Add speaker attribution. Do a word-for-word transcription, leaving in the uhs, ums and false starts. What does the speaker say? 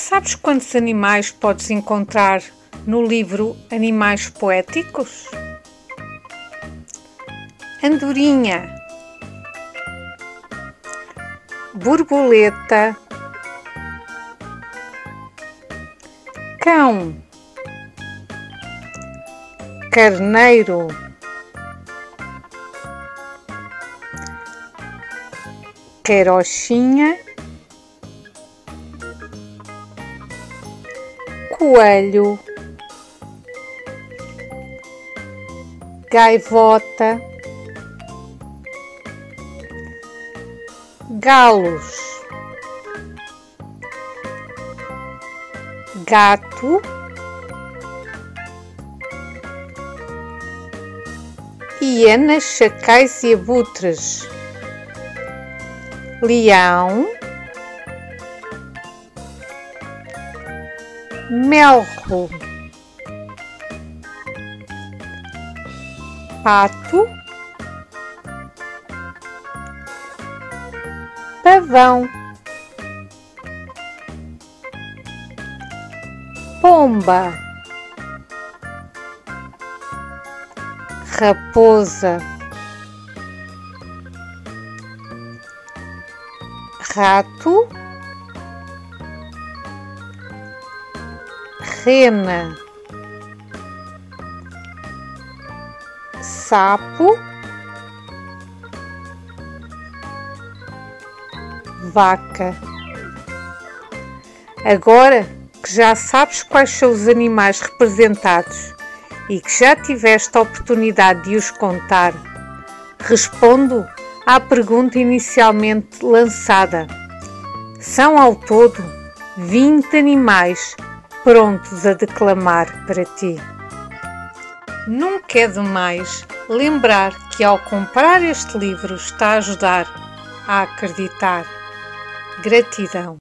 Speaker 1: Sabes quantos animais podes encontrar no livro Animais Poéticos? Andorinha, borboleta, cão, carneiro, carochinha, coelho, gaivota, galos, gato, hienas, chacais e abutres, leão, melro, pato, pavão, pomba, raposa, rato, rena, sapo, vaca. Agora que já sabes quais são os animais representados e que já tiveste a oportunidade de os contar, respondo à pergunta inicialmente lançada. São ao todo vinte animais prontos a declamar para ti. Nunca é demais lembrar que ao comprar este livro está a ajudar a acreditar. Gratidão.